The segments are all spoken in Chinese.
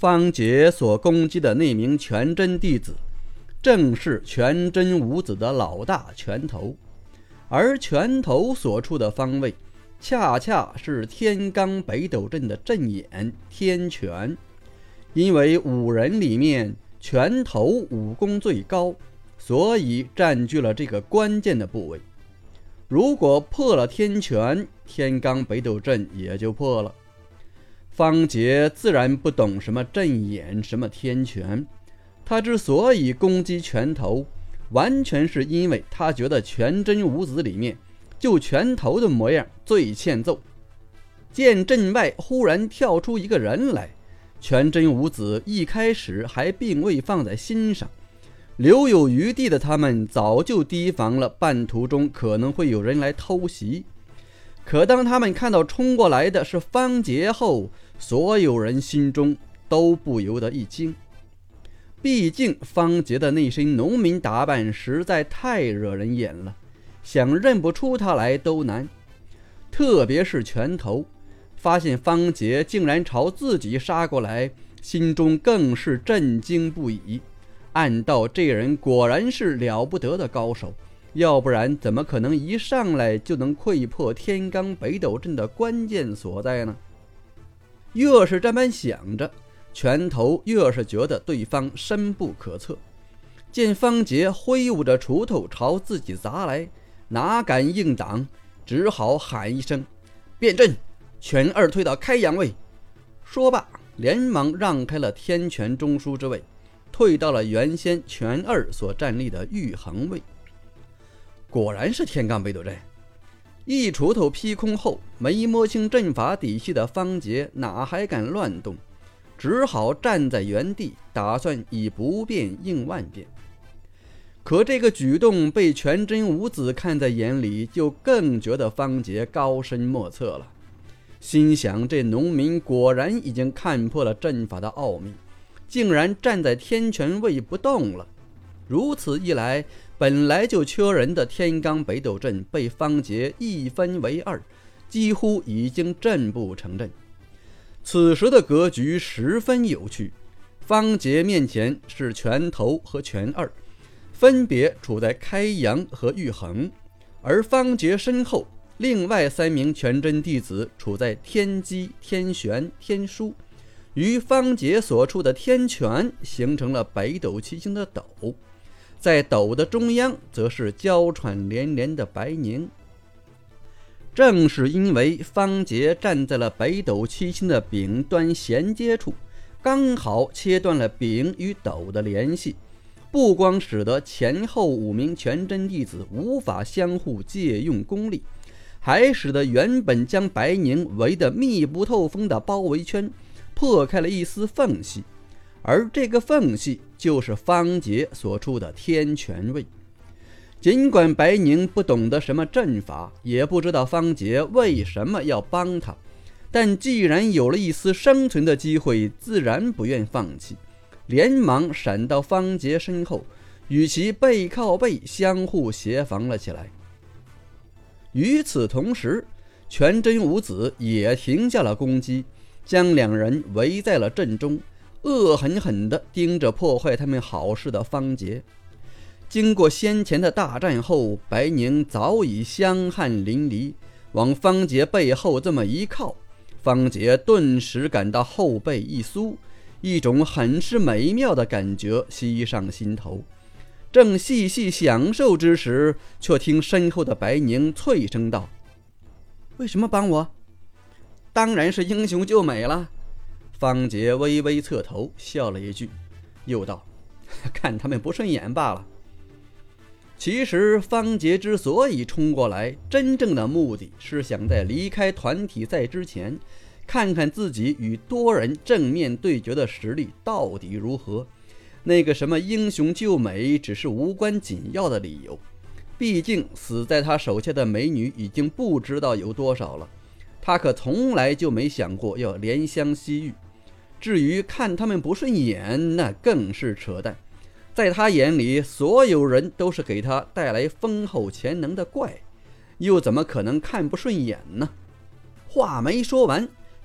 方杰所攻击的那名全真弟子，正是全真五子的老大拳头，而拳头所处的方位，恰恰是天罡北斗阵的阵眼天拳。因为五人里面拳头武功最高，所以占据了这个关键的部位。如果破了天拳，天罡北斗阵也就破了。方杰自然不懂什么阵眼，什么天拳，他之所以攻击拳头，完全是因为他觉得全真五子里面就拳头的模样最欠揍。见阵外忽然跳出一个人来，全真五子一开始还并未放在心上，留有余地的他们早就提防了半途中可能会有人来偷袭。可当他们看到冲过来的是方杰后，所有人心中都不由得一惊。毕竟方杰的那身农民打扮实在太惹人眼了，想认不出他来都难。特别是拳头发现方杰竟然朝自己杀过来，心中更是震惊不已。暗道这人果然是了不得的高手，要不然怎么可能一上来就能溃破天罡北斗阵的关键所在呢？越是这般想着，拳头越是觉得对方深不可测。见方杰挥舞着锄头朝自己砸来，哪敢硬挡，只好喊一声变阵，拳二退到开阳位。说罢连忙让开了天拳中枢之位，退到了原先拳二所站立的玉衡位。果然是天罡北斗阵。一锄头劈空后，没摸清阵法底细的方杰哪还敢乱动，只好站在原地，打算以不变应万变。可这个举动被全真五子看在眼里，就更觉得方杰高深莫测了。心想这农民果然已经看破了阵法的奥秘，竟然站在天拳位不动了。如此一来，本来就缺人的天罡北斗阵被方杰一分为二，几乎已经阵不成阵。此时的格局十分有趣，方杰面前是拳头和拳二，分别处在开阳和玉衡，而方杰身后另外三名全真弟子处在天机、天玄、天枢，与方杰所处的天拳形成了北斗七星的斗，在斗的中央则是娇喘连连的白宁。正是因为方杰站在了北斗七星的柄端衔接处，刚好切断了柄与斗的联系，不光使得前后五名全真弟子无法相互借用功力，还使得原本将白宁围得密不透风的包围圈破开了一丝缝隙，而这个缝隙就是方杰所处的天拳位。尽管白宁不懂得什么阵法，也不知道方杰为什么要帮他，但既然有了一丝生存的机会，自然不愿放弃，连忙闪到方杰身后，与其背靠背相互协防了起来。与此同时，全真五子也停下了攻击，将两人围在了阵中，恶狠狠地盯着破坏他们好事的方杰。经过先前的大战后，白宁早已香汗淋漓，往方杰背后这么一靠，方杰顿时感到后背一酥，一种很是美妙的感觉袭上心头。正细细享受之时，却听身后的白宁脆声道：为什么帮我？当然是英雄救美了。方杰微微侧头笑了一句，又道：看他们不顺眼罢了。其实方杰之所以冲过来，真正的目的是想在离开团体赛之前，看看自己与多人正面对决的实力到底如何。那个什么英雄救美只是无关紧要的理由，毕竟死在他手下的美女已经不知道有多少了，他可从来就没想过要怜香惜玉。至于看他们不顺眼，那更是扯淡。在他眼里，所有人都是给他带来丰厚潜能的怪，又怎么可能看不顺眼呢？话没说完，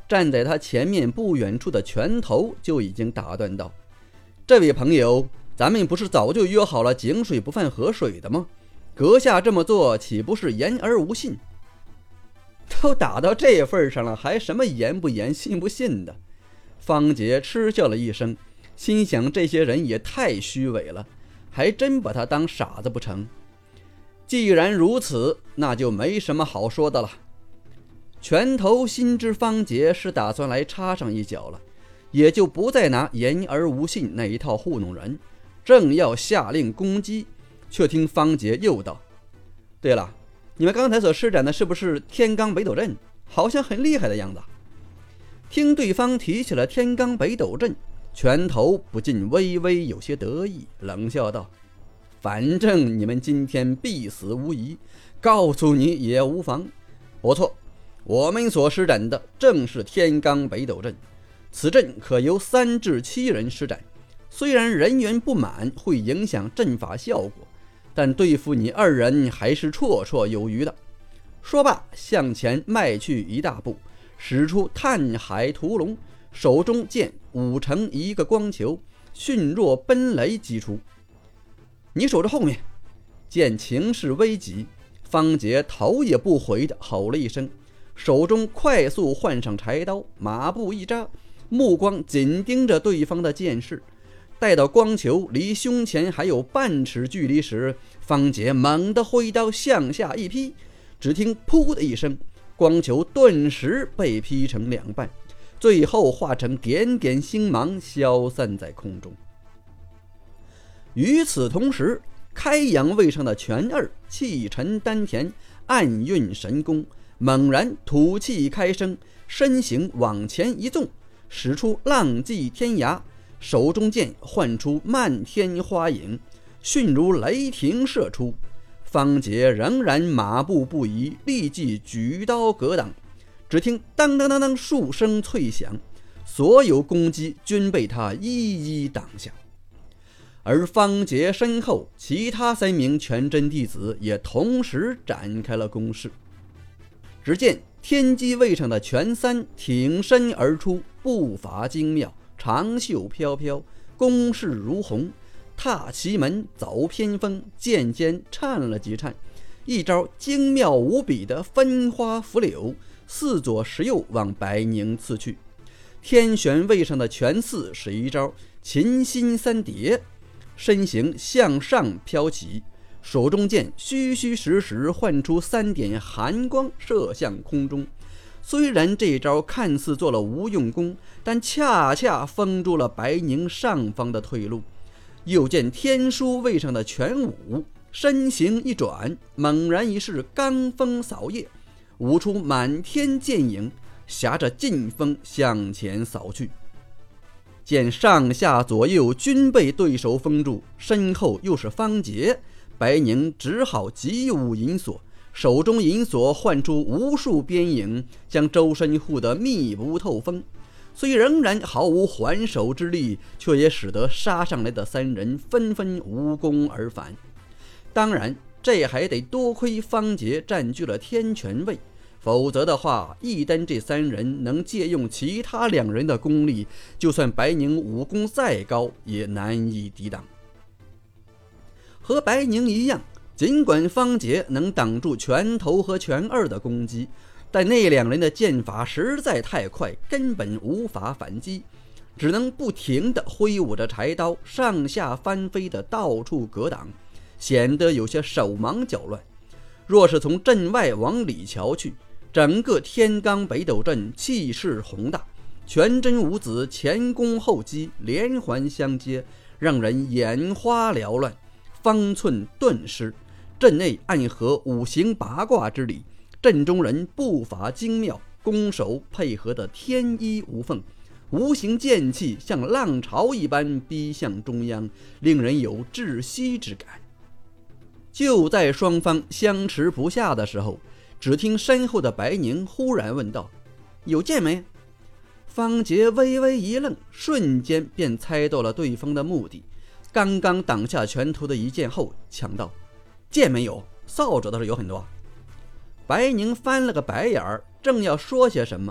站在他前面不远处的拳头就已经打断道：“这位朋友，咱们不是早就约好了井水不犯河水的吗？阁下这么做岂不是言而无信？”都打到这份上了，还什么言不言信不信的？方杰嗤笑了一声，心想这些人也太虚伪了，还真把他当傻子不成？既然如此，那就没什么好说的了。拳头心知方杰是打算来插上一脚了，也就不再拿言而无信那一套糊弄人，正要下令攻击，却听方杰又道：“对了，你们刚才所施展的是不是天罡北斗阵？好像很厉害的样子。”听对方提起了天罡北斗阵，拳头不禁微微有些得意，冷笑道：“反正你们今天必死无疑，告诉你也无妨。不错，我们所施展的正是天罡北斗阵，此阵可由3至7人施展，虽然人员不满会影响阵法效果，但对付你2人还是绰绰有余的。”说罢向前迈去一大步，使出探海屠龙，手中剑舞成一个光球，迅若奔雷击出。“你守着后面！”见情势危急，方杰头也不回地吼了一声，手中快速换上柴刀，马步一扎，目光紧盯着对方的剑势。待到光球离胸前还有半尺距离时，方杰猛地挥刀向下一劈，只听噗的一声，光球顿时被劈成2半，最后化成点点星芒消散在空中。与此同时，开阳位上的全二气沉丹田，暗运神功，猛然吐气开声，身形往前一纵，使出浪迹天涯，手中剑唤出漫天花影，迅如雷霆射出。方杰仍然马步不移，立即举刀格挡。只听当当当当数声脆响，所有攻击均被他一一挡下。而方杰身后，其他3名全真弟子也同时展开了攻势。只见天机位上的全三挺身而出，步伐精妙，长袖飘飘，攻势如虹，踏奇门走偏锋，剑尖颤了几颤，一招精妙无比的分花拂柳，四左十右往白宁刺去。天玄位上的全四是一招琴心3叠，身形向上飘起，手中剑虚虚实实唤出3点寒光射向空中。虽然这招看似做了无用功，但恰恰封住了白宁上方的退路。又见天书位上的全武身形一转，猛然一式罡风扫叶，舞出满天剑影，挟着劲风向前扫去。见上下左右均被对手封住，身后又是方杰，白宁只好急舞银锁，手中银锁唤出无数边影，将周身护得密不透风。虽仍然毫无还手之力，却也使得杀上来的3人纷纷无功而返。当然，这还得多亏方杰占据了天权位，否则的话，一旦这3人能借用其他2人的功力，就算白宁武功再高，也难以抵挡。和白宁一样，尽管方杰能挡住拳头和拳二的攻击，但那2人的剑法实在太快，根本无法反击，只能不停地挥舞着柴刀，上下翻飞的到处格挡，显得有些手忙脚乱。若是从阵外往里瞧去，整个天罡北斗阵气势宏大，全真五子前攻后击，连环相接，让人眼花缭乱，方寸顿失。阵内暗合五行八卦之理，阵中人步伐精妙，攻守配合的天衣无缝，无形剑气像浪潮一般逼向中央，令人有窒息之感。就在双方相持不下的时候，只听身后的白宁忽然问道：“有剑没？”方杰微微一愣，瞬间便猜到了对方的目的，刚刚挡下拳头的一剑后抢道：“剑没有，扫帚倒是有很多。”白宁翻了个白眼儿，正要说些什么，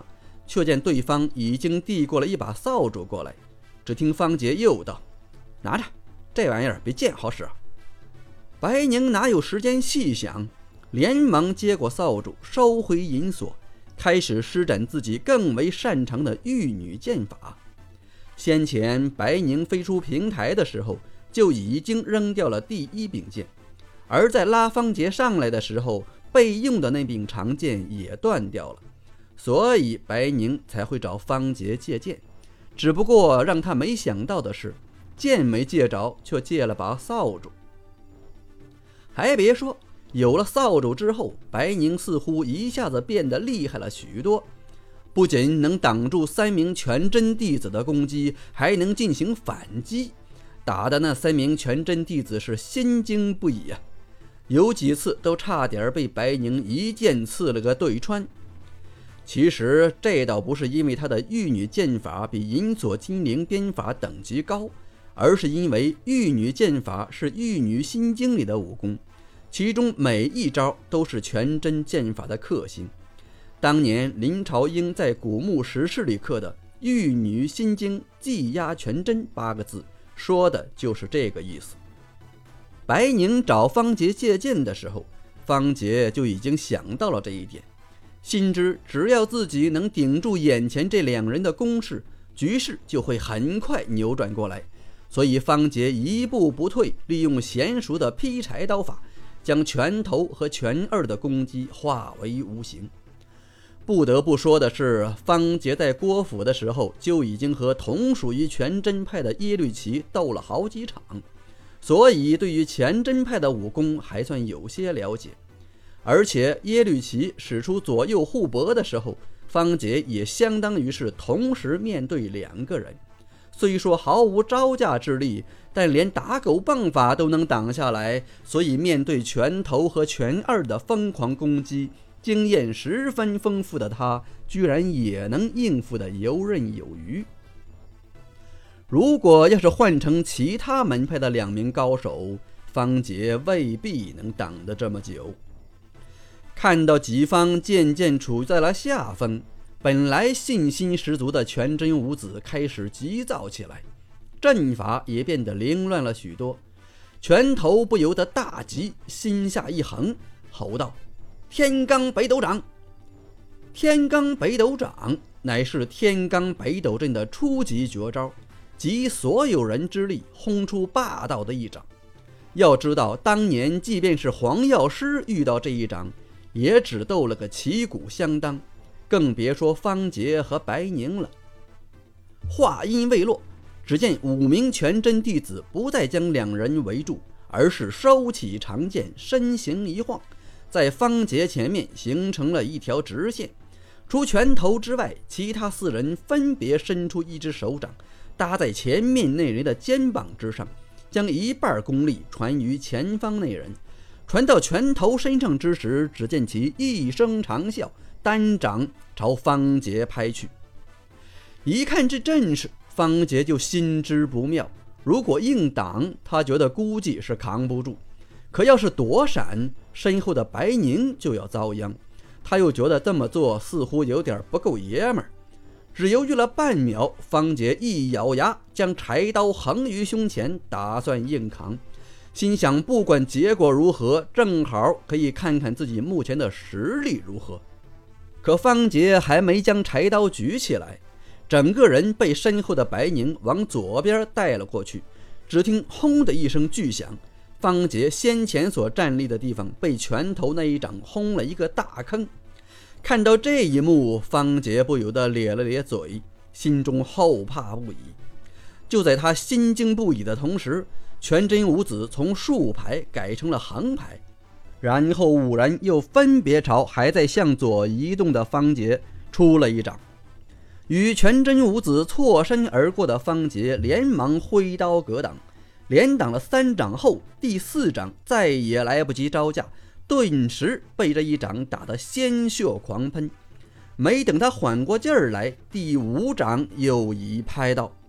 却见对方已经递过了一把扫帚过来。只听方杰又道：“拿着，这玩意儿比剑好使。”白宁哪有时间细想，连忙接过扫帚，收回银锁，开始施展自己更为擅长的玉女剑法。先前白宁飞出平台的时候，就已经扔掉了第一柄剑，而在拉方杰上来的时候，备用的那柄长剑也断掉了，所以白宁才会找方杰借剑。只不过让他没想到的是，剑没借着，却借了把扫帚。还别说，有了扫帚之后，白宁似乎一下子变得厉害了许多，不仅能挡住3名全真弟子的攻击，还能进行反击，打的那3名全真弟子是心惊不已啊！有几次都差点被白宁一剑刺了个对穿。其实这倒不是因为他的玉女剑法比银锁金灵鞭法等级高，而是因为玉女剑法是玉女心经里的武功，其中每一招都是全真剑法的克星。当年林朝英在古墓石室里刻的玉女心经技压全真8个字，说的就是这个意思。白宁找方杰借剑的时候，方杰就已经想到了这一点，心知只要自己能顶住眼前这2人的攻势，局势就会很快扭转过来。所以方杰一步不退，利用娴熟的劈柴刀法，将拳头和拳二的攻击化为无形。不得不说的是，方杰在郭府的时候就已经和同属于全真派的耶律齐斗了好几场，所以对于全真派的武功还算有些了解。而且耶律齐使出左右互搏的时候，方杰也相当于是同时面对2个人，虽说毫无招架之力，但连打狗棒法都能挡下来，所以面对拳头和拳二的疯狂攻击，经验十分丰富的他居然也能应付得游刃有余。如果要是换成其他门派的2名高手，方杰未必能挡得这么久。看到己方渐渐处在了下风，本来信心十足的全真五子开始急躁起来，阵法也变得凌乱了许多，拳头不由得大急，心下一横，吼道：“天罡北斗掌！”天罡北斗掌乃是天罡北斗阵的初级绝招，集所有人之力轰出霸道的一掌。要知道，当年即便是黄药师遇到这一掌，也只斗了个旗鼓相当，更别说方杰和白宁了。话音未落，只见5名全真弟子不再将2人围住，而是收起长剑，身形一晃，在方杰前面形成了一条直线。除拳头之外，其他4人分别伸出一只手掌，搭在前面那人的肩膀之上，将一半功力传于前方那人。传到拳头身上之时，只见其一声长啸，单掌朝方杰拍去。一看这阵势，方杰就心知不妙，如果硬挡，他觉得估计是扛不住，可要是躲闪，身后的白宁就要遭殃，他又觉得这么做似乎有点不够爷们儿。只犹豫了半秒，方杰一咬牙，将柴刀横于胸前，打算硬扛，心想不管结果如何，正好可以看看自己目前的实力如何。可方杰还没将柴刀举起来，整个人被身后的白宁往左边带了过去。只听轰的一声巨响，方杰先前所站立的地方被拳头那一掌轰了一个大坑。看到这一幕，方杰不由得咧了咧嘴，心中后怕不已。就在他心惊不已的同时，全真五子从竖排改成了横排，然后5人又分别朝还在向左移动的方杰出了一掌。与全真五子错身而过的方杰连忙挥刀格挡，连挡了3掌后，第4掌再也来不及招架，顿时被这一掌打得鲜血狂喷。没等他缓过劲儿来，第5掌又已拍到。